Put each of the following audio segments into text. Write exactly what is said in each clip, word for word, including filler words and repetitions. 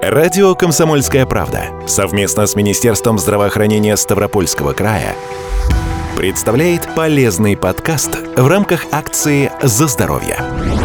Радио «Комсомольская правда» совместно с Министерством здравоохранения Ставропольского края представляет полезный подкаст в рамках акции «За здоровье».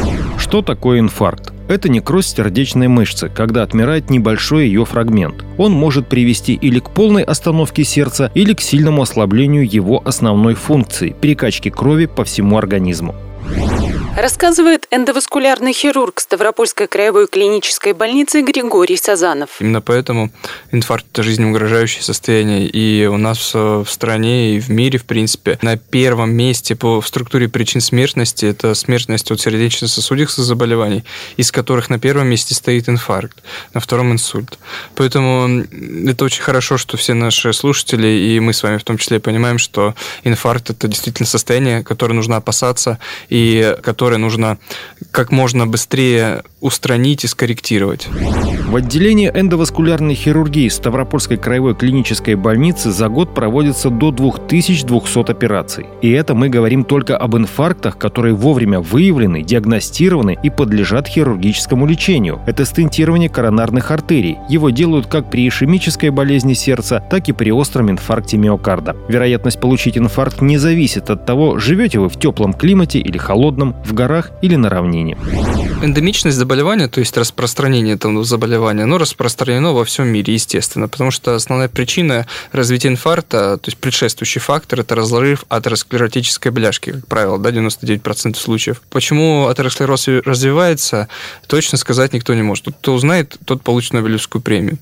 Что такое инфаркт? Это некроз сердечной мышцы, когда отмирает небольшой ее фрагмент. Он может привести или к полной остановке сердца, или к сильному ослаблению его основной функции – перекачки крови по всему организму. Рассказывает эндоваскулярный хирург Ставропольской краевой клинической больницы Григорий Сазанов. Именно поэтому инфаркт – это жизнеугрожающее состояние. И у нас в стране и в мире, в принципе, на первом месте по структуре причин смертности – это смертность от сердечно-сосудистых заболеваний, из которых на первом месте стоит инфаркт, на втором – инсульт. Поэтому это очень хорошо, что все наши слушатели, и мы с вами в том числе, понимаем, что инфаркт – это действительно состояние, которое нужно опасаться и которое нужно как можно быстрее устранить и скорректировать. В отделении эндоваскулярной хирургии Ставропольской краевой клинической больницы за год проводится до две тысячи двести операций. И это мы говорим только об инфарктах, которые вовремя выявлены, диагностированы и подлежат хирургическому лечению. Это стентирование коронарных артерий. Его делают как при ишемической болезни сердца, так и при остром инфаркте миокарда. Вероятность получить инфаркт не зависит от того, живете вы в теплом климате или холодном, в горах или на равнине. Эндемичность заболевания, то есть распространение этого заболевания, оно распространено во всем мире, естественно, потому что основная причина развития инфаркта, то есть предшествующий фактор, это разрыв атеросклеротической бляшки, как правило, да, девяносто девять процентов случаев. Почему атеросклероз развивается, точно сказать никто не может. Кто узнает, тот получит Нобелевскую премию.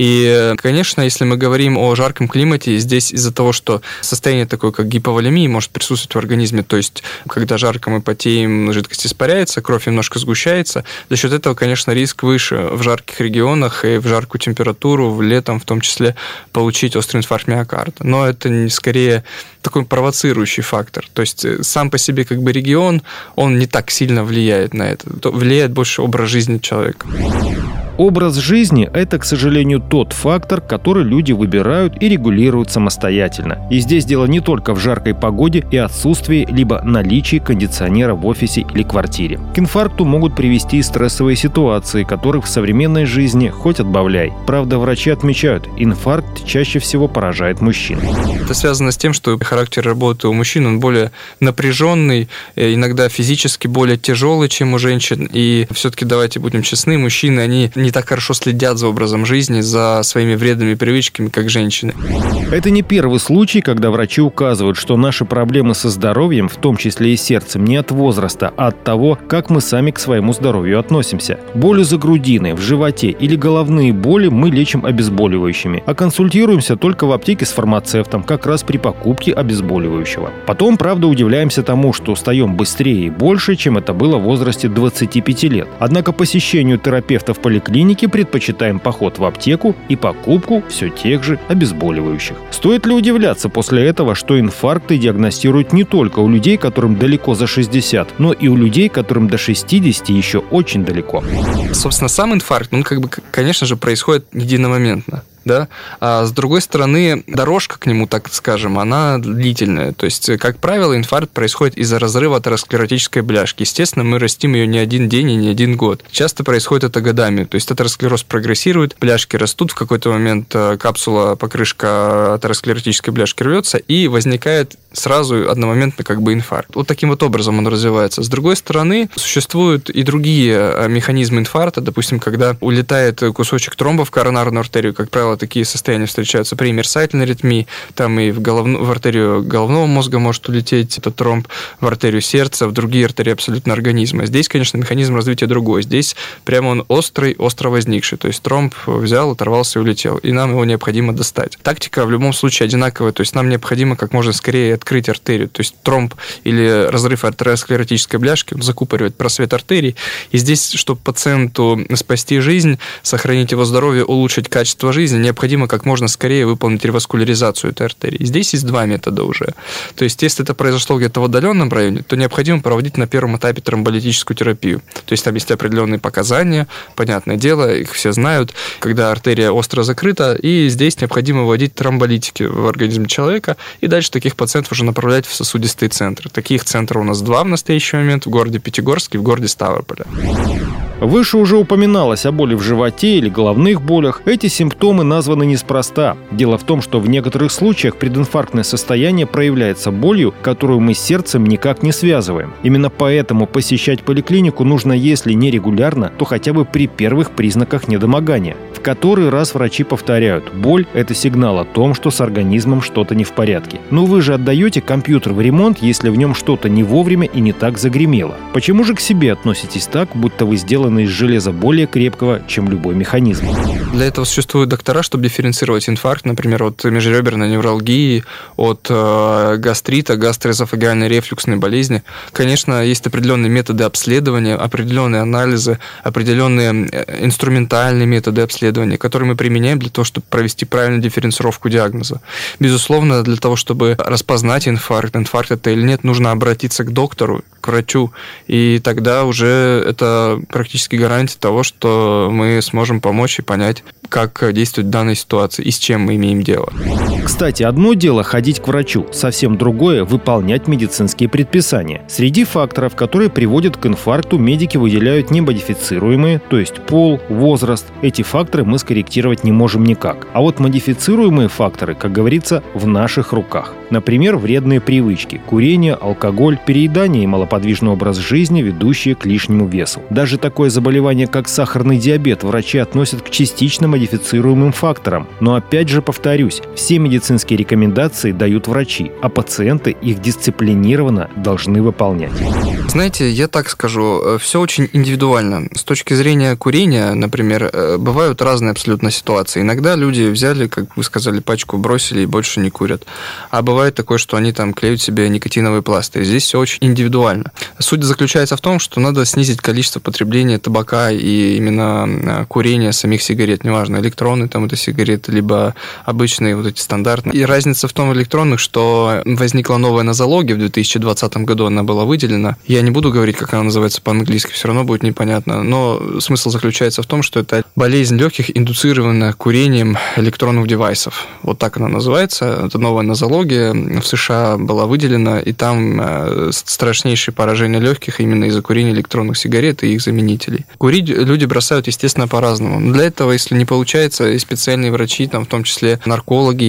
И, конечно, если мы говорим о жарком климате, здесь из-за того, что состояние такое, как гиповолемия, может присутствовать в организме, то есть когда жарко мы потеем, жидкость испаряется, кровь немножко сгущается. За счет этого, конечно, риск выше в жарких регионах и в жаркую температуру, в летом в том числе, получить острый инфаркт миокарда. Но это не скорее такой провоцирующий фактор. То есть сам по себе как бы регион, он не так сильно влияет на это. Влияет больше образ жизни человека. Образ жизни – это, к сожалению, тот фактор, который люди выбирают и регулируют самостоятельно. И здесь дело не только в жаркой погоде и отсутствии либо наличии кондиционера в офисе или квартире. К инфаркту могут привести и стрессовые ситуации, которых в современной жизни хоть отбавляй. Правда, врачи отмечают, инфаркт чаще всего поражает мужчин. Это связано с тем, что характер работы у мужчин, он более напряженный, иногда физически более тяжелый, чем у женщин. И все-таки давайте будем честны, мужчины, они не так хорошо следят за образом жизни, за своими вредными привычками, как женщины. Это не первый случай, когда врачи указывают, что наши проблемы со здоровьем, в том числе и сердцем, не от возраста, а от того, как мы сами к своему здоровью относимся. Боли за грудиной, в животе или головные боли мы лечим обезболивающими, а консультируемся только в аптеке с фармацевтом, как раз при покупке обезболивающего. Потом, правда, удивляемся тому, что устаем быстрее и больше, чем это было в возрасте двадцати пяти лет. Однако посещению терапевта в поликлинике предпочитаем поход в аптеку и покупку все тех же обезболивающих. Стоит ли удивляться после этого, что инфаркты диагностируют не только у людей, которым далеко за шестьдесят, но и у людей, которым до шестидесяти еще очень далеко? Собственно, сам инфаркт, он, как бы, конечно же, происходит единомоментно. Да? А с другой стороны, дорожка к нему, так скажем, она длительная. То есть, как правило, инфаркт происходит из-за разрыва атеросклеротической бляшки. Естественно, мы растим ее не один день и не один год. Часто происходит это годами. То есть, атеросклероз прогрессирует, бляшки растут, в какой-то момент капсула, покрышка атеросклеротической бляшки рвется, и возникает сразу одномоментно как бы инфаркт. Вот таким вот образом он развивается. С другой стороны, существуют и другие механизмы инфаркта. Допустим, когда улетает кусочек тромба в коронарную артерию, как правило, такие состояния встречаются при мерцательной аритмии, там и в, головну, в артерию головного мозга может улететь этот тромб, в артерию сердца, в другие артерии абсолютно организма. Здесь, конечно, механизм развития другой. Здесь прямо он острый, остро возникший. То есть тромб взял, оторвался и улетел. И нам его необходимо достать. Тактика в любом случае одинаковая. То есть нам необходимо как можно скорее открыть артерию. То есть тромб или разрыв атеросклеротической бляшки, он закупоривает просвет артерий. И здесь, чтобы пациенту спасти жизнь, сохранить его здоровье, улучшить качество жизни, необходимо как можно скорее выполнить реваскуляризацию этой артерии. Здесь есть два метода уже. То есть, если это произошло где-то в отдаленном районе, то необходимо проводить на первом этапе тромболитическую терапию. То есть, там есть определенные показания, понятное дело, их все знают, когда артерия остро закрыта, и здесь необходимо вводить тромболитики в организм человека, и дальше таких пациентов уже направлять в сосудистые центры. Таких центров у нас два в настоящий момент в городе Пятигорске и в городе Ставрополе. Выше уже упоминалось о боли в животе или головных болях. Эти симптомы названы неспроста. Дело в том, что в некоторых случаях прединфарктное состояние проявляется болью, которую мы с сердцем никак не связываем. Именно поэтому посещать поликлинику нужно, если не регулярно, то хотя бы при первых признаках недомогания. В который раз врачи повторяют: боль – это сигнал о том, что с организмом что-то не в порядке. Но вы же отдаете компьютер в ремонт, если в нем что-то не вовремя и не так загремело. Почему же к себе относитесь так, будто вы сделаны из железа более крепкого, чем любой механизм? Для этого существуют доктора, чтобы дифференцировать инфаркт, например, от межреберной невралгии, от э, гастрита, гастроэзофагеальной рефлюксной болезни. Конечно, есть определенные методы обследования, определенные анализы, определенные инструментальные методы обследования, которые мы применяем для того, чтобы провести правильную дифференцировку диагноза. Безусловно, для того, чтобы распознать инфаркт, инфаркт это или нет, нужно обратиться к доктору, к врачу, и тогда уже это практически гарантия того, что мы сможем помочь и понять, как действовать в данной ситуации и с чем мы имеем дело. Кстати, одно дело ходить к врачу, совсем другое – выполнять медицинские предписания. Среди факторов, которые приводят к инфаркту, медики выделяют немодифицируемые, то есть пол, возраст. Эти факторы мы скорректировать не можем никак. А вот модифицируемые факторы, как говорится, в наших руках. Например, вредные привычки – курение, алкоголь, переедание и малоподвижный образ жизни, ведущие к лишнему весу. Даже такое заболевание, как сахарный диабет, врачи относят к частично модифицируемым факторам. Но опять же повторюсь, все медицинские рекомендации дают врачи, а пациенты их дисциплинированно должны выполнять. Знаете, я так скажу, все очень индивидуально. С точки зрения курения, например, бывают разные абсолютно ситуации. Иногда люди взяли, как вы сказали, пачку бросили и больше не курят. А бывает такое, что они там клеют себе никотиновый пластырь. Здесь все очень индивидуально. Суть заключается в том, что надо снизить количество потребления табака и именно курения самих сигарет. Неважно, электронные там это сигареты, либо обычные вот эти стандартные. И разница в том в электронных, что возникла новая нозология в две тысячи двадцатом году, она была выделена. Я не буду говорить, как она называется по-английски, все равно будет непонятно. Но смысл заключается в том, что это болезнь легких, индуцированная курением электронных девайсов. Вот так она называется. Это новая нозология. В США была выделена, и там страшнейшие поражения легких именно из-за курения электронных сигарет и их заменителей. Курить люди бросают, естественно, по-разному. Но для этого, если не получается, и специальные врачи, там, в том числе наркологи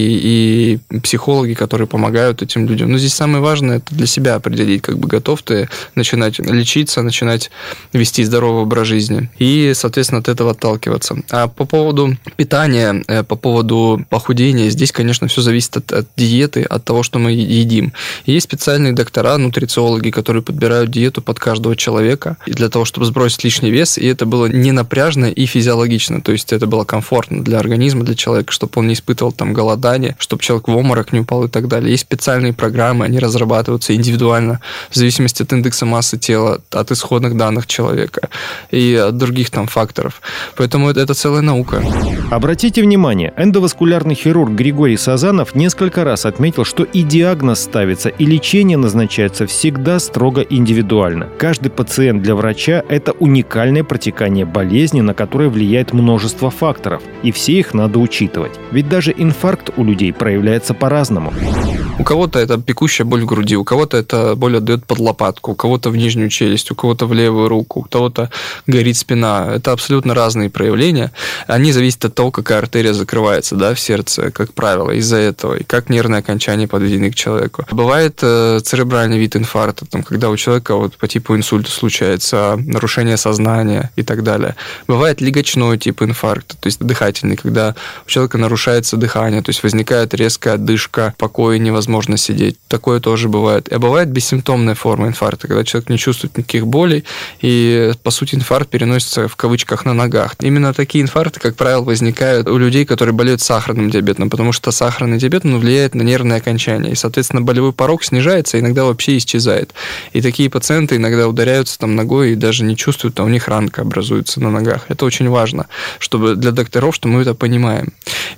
и психологи, которые помогают этим людям. Но здесь самое важное – это для себя определить, как бы готов ты начинать лечиться, начинать вести здоровый образ жизни и, соответственно, от этого отталкиваться. А по поводу питания, по поводу похудения, здесь, конечно, все зависит от, от диеты, от того, что мы едим. Есть специальные доктора, нутрициологи, которые подбирают диету под каждого человека для того, чтобы сбросить лишний вес, и это было не напряжно и физиологично, то есть это было комфортно для организма, для человека, чтобы он не испытывал там голодание, чтобы человек в обморок не упал и так далее. Есть специальные программы, они разрабатываются индивидуально в зависимости от индекса массы тела, от исходных данных человека и от других там факторов. Поэтому это, это целая наука. Обратите внимание, эндоваскулярный хирург Григорий Сазанов несколько раз отметил, что и диагноз ставится, и лечение назначается всегда строго индивидуально. Каждый пациент для врача – это уникальное протекание болезни, на которое влияет множество факторов, и все их надо учитывать. Ведь даже инфаркт у людей проявляется по-разному. У кого-то это пекущая боль в груди, у кого-то это боль отдает под лопатку, у кого-то в нижнюю челюсть, у кого-то в левую руку, у кого-то горит спина. Это абсолютно разные проявления. Они зависят от того, какая артерия закрывается, да, в сердце, как правило, из-за этого, и как нервные окончания подведены к человеку. Бывает э, церебральный вид инфаркта, там, когда у человека вот, по типу инсульта случается нарушение сознания и так далее. Бывает легочной тип инфаркта, то есть дыхательный, когда у человека нарушается дыхание, то есть возникает резкая одышка, покоя невозможно сидеть. Такое тоже бывает. А бывает бессимптомная форма инфаркта, когда человек не чувствует никаких болей, и, по сути, инфаркт переносится в кавычках на ногах. Именно такие инфаркты, как правило, возникают у людей, которые болеют сахарным диабетом, потому что сахарный диабет он влияет на нервные окончания, и, соответственно, болевой порог снижается, иногда вообще исчезает. И такие пациенты иногда ударяются там ногой и даже не чувствуют, а у них ранка образуется на ногах. Это очень важно, чтобы для докторов, что мы это понимаем.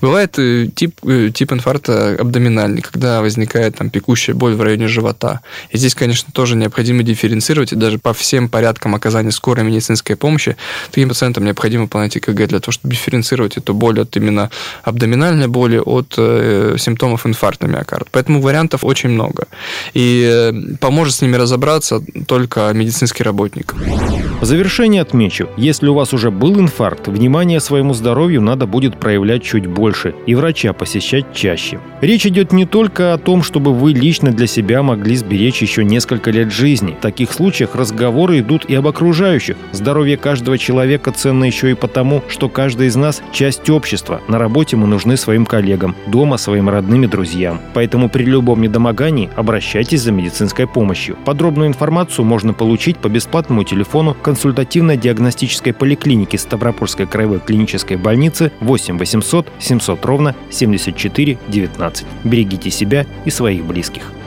Бывает тип, тип инфаркта абдоминальный, когда возникает там пекущая боль в районе живота. И здесь, конечно, тоже необходимо дифференцировать, и даже по всем порядкам оказания скорой медицинской помощи таким пациентам необходимо выполнять ЭКГ для того, чтобы дифференцировать эту боль от именно абдоминальной боли от э, симптомов инфаркта миокарда. Поэтому вариантов очень много. И э, поможет с ними разобраться только медицинский работник. В завершение отмечу, если у вас уже был инфаркт, внимание своему здоровью надо будет проявлять чуть больше и врача посещать чаще. Речь идет не только о том, чтобы вы лично для себя могли сберечь еще несколько лет жизни. В таких случаях разговоры идут и об окружающих. Здоровье каждого человека ценно еще и потому, что каждый из нас – часть общества. На работе мы нужны своим коллегам, дома – своим родным и друзьям. Поэтому при любом недомогании обращайтесь за медицинской помощью. Подробную информацию можно получить по бесплатному телефону консультативно-диагностической поликлиники Ставропольской краевой клинической больницы восемь восемьсот семьсот ровно семьдесят четыре девятнадцать. Берегите себя и своих близких.